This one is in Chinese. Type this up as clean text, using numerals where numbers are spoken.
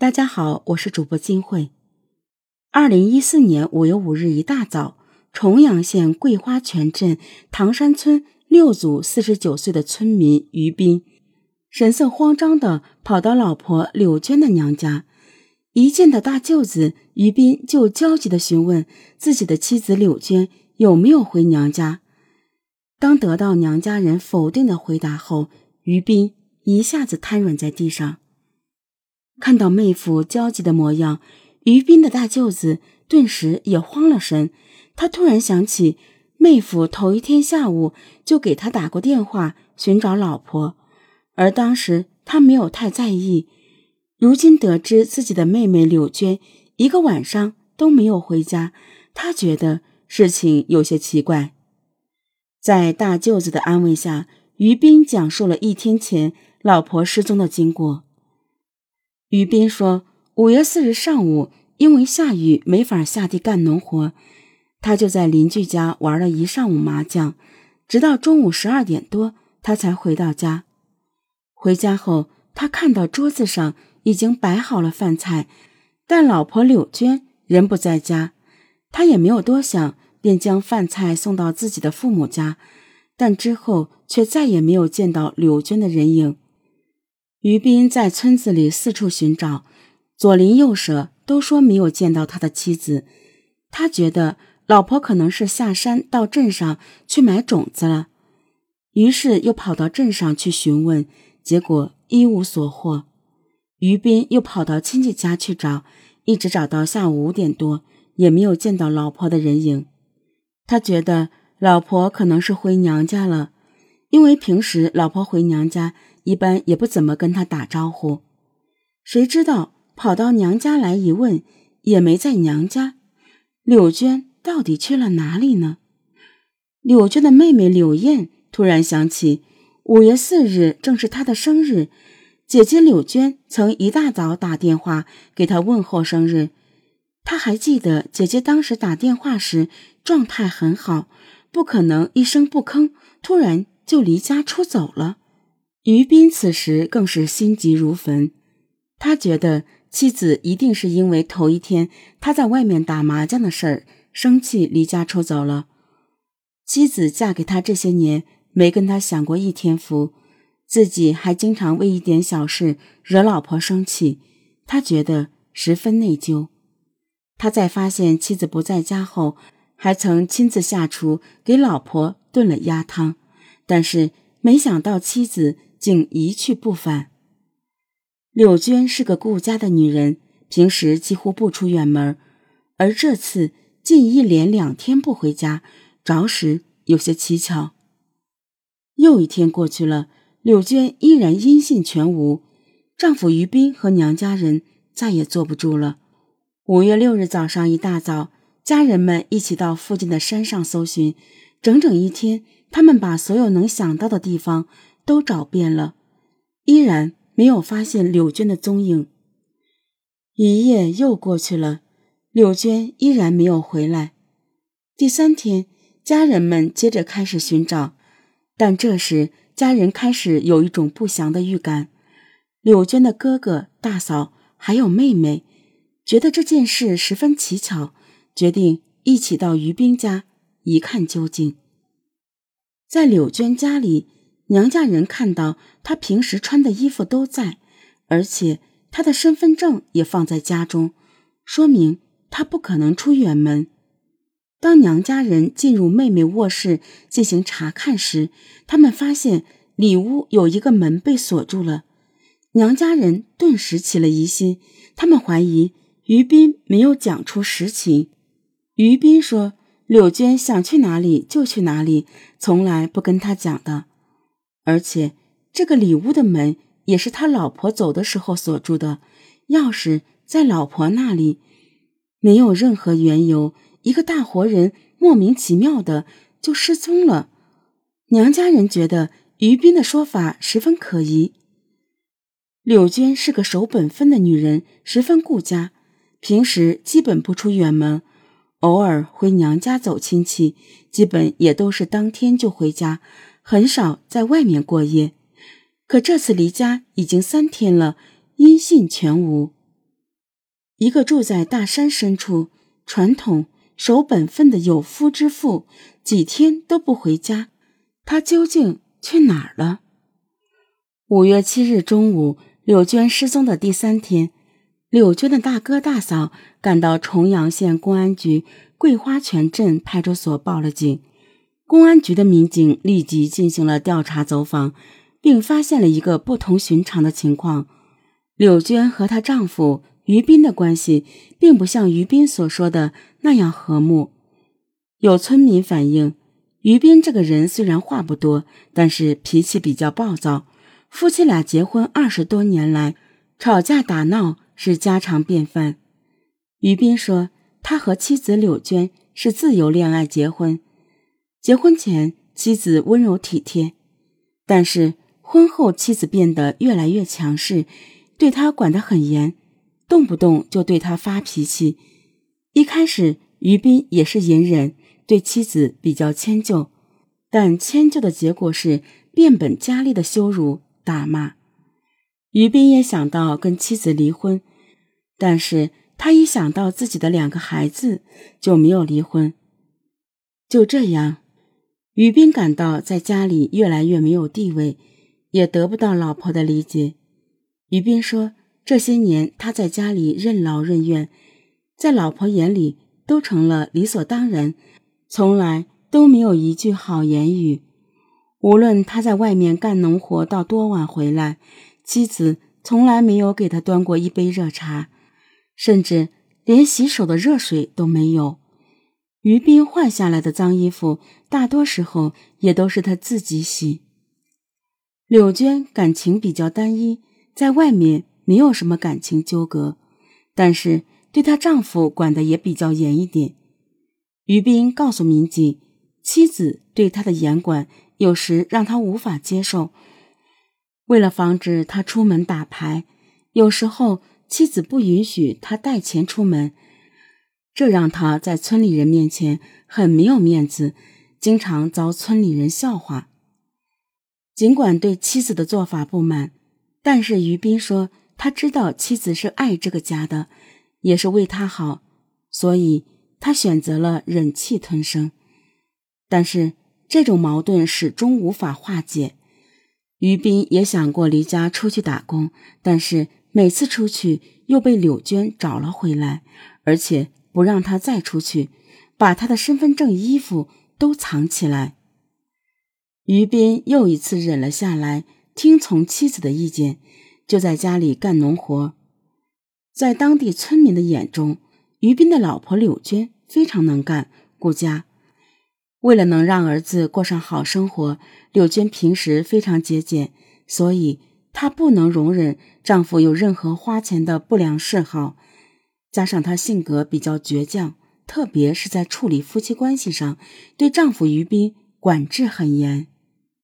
大家好，我是主播金慧。2014年5月5日一大早，重阳县桂花泉镇唐山村6组49岁的村民于斌，神色慌张地跑到老婆柳娟的娘家。一见到大舅子，于斌就焦急地询问自己的妻子柳娟有没有回娘家。当得到娘家人否定的回答后，于斌一下子瘫软在地上。看到妹夫焦急的模样，于斌的大舅子顿时也慌了神。他突然想起妹夫头一天下午就给他打过电话寻找老婆，而当时他没有太在意。如今得知自己的妹妹柳娟一个晚上都没有回家，他觉得事情有些奇怪。在大舅子的安慰下，于斌讲述了1天前老婆失踪的经过。于斌说，5月4日上午因为下雨没法下地干农活，他就在邻居家玩了一上午麻将，直到中午12点多他才回到家。回家后，他看到桌子上已经摆好了饭菜，但老婆柳娟人不在家。他也没有多想，便将饭菜送到自己的父母家，但之后却再也没有见到柳娟的人影。于斌在村子里四处寻找，左邻右舍都说没有见到他的妻子。他觉得老婆可能是下山到镇上去买种子了，于是又跑到镇上去询问，结果一无所获。于斌又跑到亲戚家去找，一直找到下午5点多，也没有见到老婆的人影。他觉得老婆可能是回娘家了，因为平时老婆回娘家一般也不怎么跟他打招呼。谁知道跑到娘家来一问，也没在娘家。柳娟到底去了哪里呢？柳娟的妹妹柳燕突然想起5月4日正是她的生日，姐姐柳娟曾一大早打电话给她问候生日。她还记得姐姐当时打电话时状态很好，不可能一声不吭突然就离家出走了。于斌此时更是心急如焚，他觉得妻子一定是因为头一天他在外面打麻将的事儿生气离家出走了。妻子嫁给他这些年没跟他享过一天福，自己还经常为一点小事惹老婆生气，他觉得十分内疚。他在发现妻子不在家后，还曾亲自下厨给老婆炖了鸭汤，但是没想到妻子竟一去不返。柳娟是个顾家的女人，平时几乎不出远门，而这次竟一连2天不回家，着实有些蹊跷。又1天过去了，柳娟依然音信全无，丈夫于斌和娘家人再也坐不住了。5月6日早上一大早，家人们一起到附近的山上搜寻，整整1天，他们把所有能想到的地方都找遍了，依然没有发现柳娟的踪影。1夜又过去了，柳娟依然没有回来。第3天，家人们接着开始寻找，但这时家人开始有一种不祥的预感。柳娟的哥哥、大嫂还有妹妹觉得这件事十分蹊跷，决定一起到于斌家一看究竟。在柳娟家里，娘家人看到她平时穿的衣服都在，而且她的身份证也放在家中，说明她不可能出远门。当娘家人进入妹妹卧室进行查看时，他们发现里屋有一个门被锁住了。娘家人顿时起了疑心，他们怀疑于斌没有讲出实情。于斌说柳娟想去哪里就去哪里，从来不跟他讲的，而且这个里屋的门也是他老婆走的时候锁住的，钥匙在老婆那里，没有任何缘由，一个大活人莫名其妙的就失踪了。娘家人觉得于斌的说法十分可疑。柳娟是个守本分的女人，十分顾家，平时基本不出远门，偶尔回娘家走亲戚，基本也都是当天就回家，很少在外面过夜。可这次离家已经3天了，音信全无。 一个住在大山深处、传统守本分的有夫之妇，几天都不回家，她究竟去哪儿了？5月7日中午，柳娟失踪的第3天，柳娟的大哥大嫂赶到重阳县公安局桂花泉镇派出所报了警。公安局的民警立即进行了调查走访，并发现了一个不同寻常的情况。柳娟和她丈夫于斌的关系并不像于斌所说的那样和睦。有村民反映，于斌这个人虽然话不多，但是脾气比较暴躁，夫妻俩结婚20多年来，吵架打闹是家常便饭。于斌说，他和妻子柳娟是自由恋爱结婚，结婚前妻子温柔体贴，但是婚后妻子变得越来越强势，对他管得很严，动不动就对他发脾气。一开始于斌也是隐忍，对妻子比较迁就，但迁就的结果是变本加厉的羞辱打骂。于斌也想到跟妻子离婚，但是他一想到自己的2个孩子就没有离婚。就这样，于斌感到在家里越来越没有地位，也得不到老婆的理解。于斌说，这些年他在家里任劳任怨，在老婆眼里都成了理所当然，从来都没有一句好言语。无论他在外面干农活到多晚回来，妻子从来没有给他端过一杯热茶，甚至连洗手的热水都没有。于斌换下来的脏衣服大多时候也都是他自己洗。柳娟感情比较单一，在外面没有什么感情纠葛，但是对她丈夫管得也比较严一点。于斌告诉民警，妻子对他的严管有时让他无法接受。为了防止他出门打牌，有时候妻子不允许他带钱出门，这让他在村里人面前很没有面子，经常遭村里人笑话。尽管对妻子的做法不满，但是于斌说，他知道妻子是爱这个家的，也是为他好，所以他选择了忍气吞声。但是这种矛盾始终无法化解。于斌也想过离家出去打工，但是每次出去又被柳娟找了回来，而且不让他再出去，把他的身份证、衣服都藏起来。于斌又一次忍了下来，听从妻子的意见，就在家里干农活。在当地村民的眼中，于斌的老婆柳娟非常能干顾家。为了能让儿子过上好生活，柳娟平时非常节俭，所以她不能容忍丈夫有任何花钱的不良嗜好。加上她性格比较倔强，特别是在处理夫妻关系上，对丈夫于斌管制很严。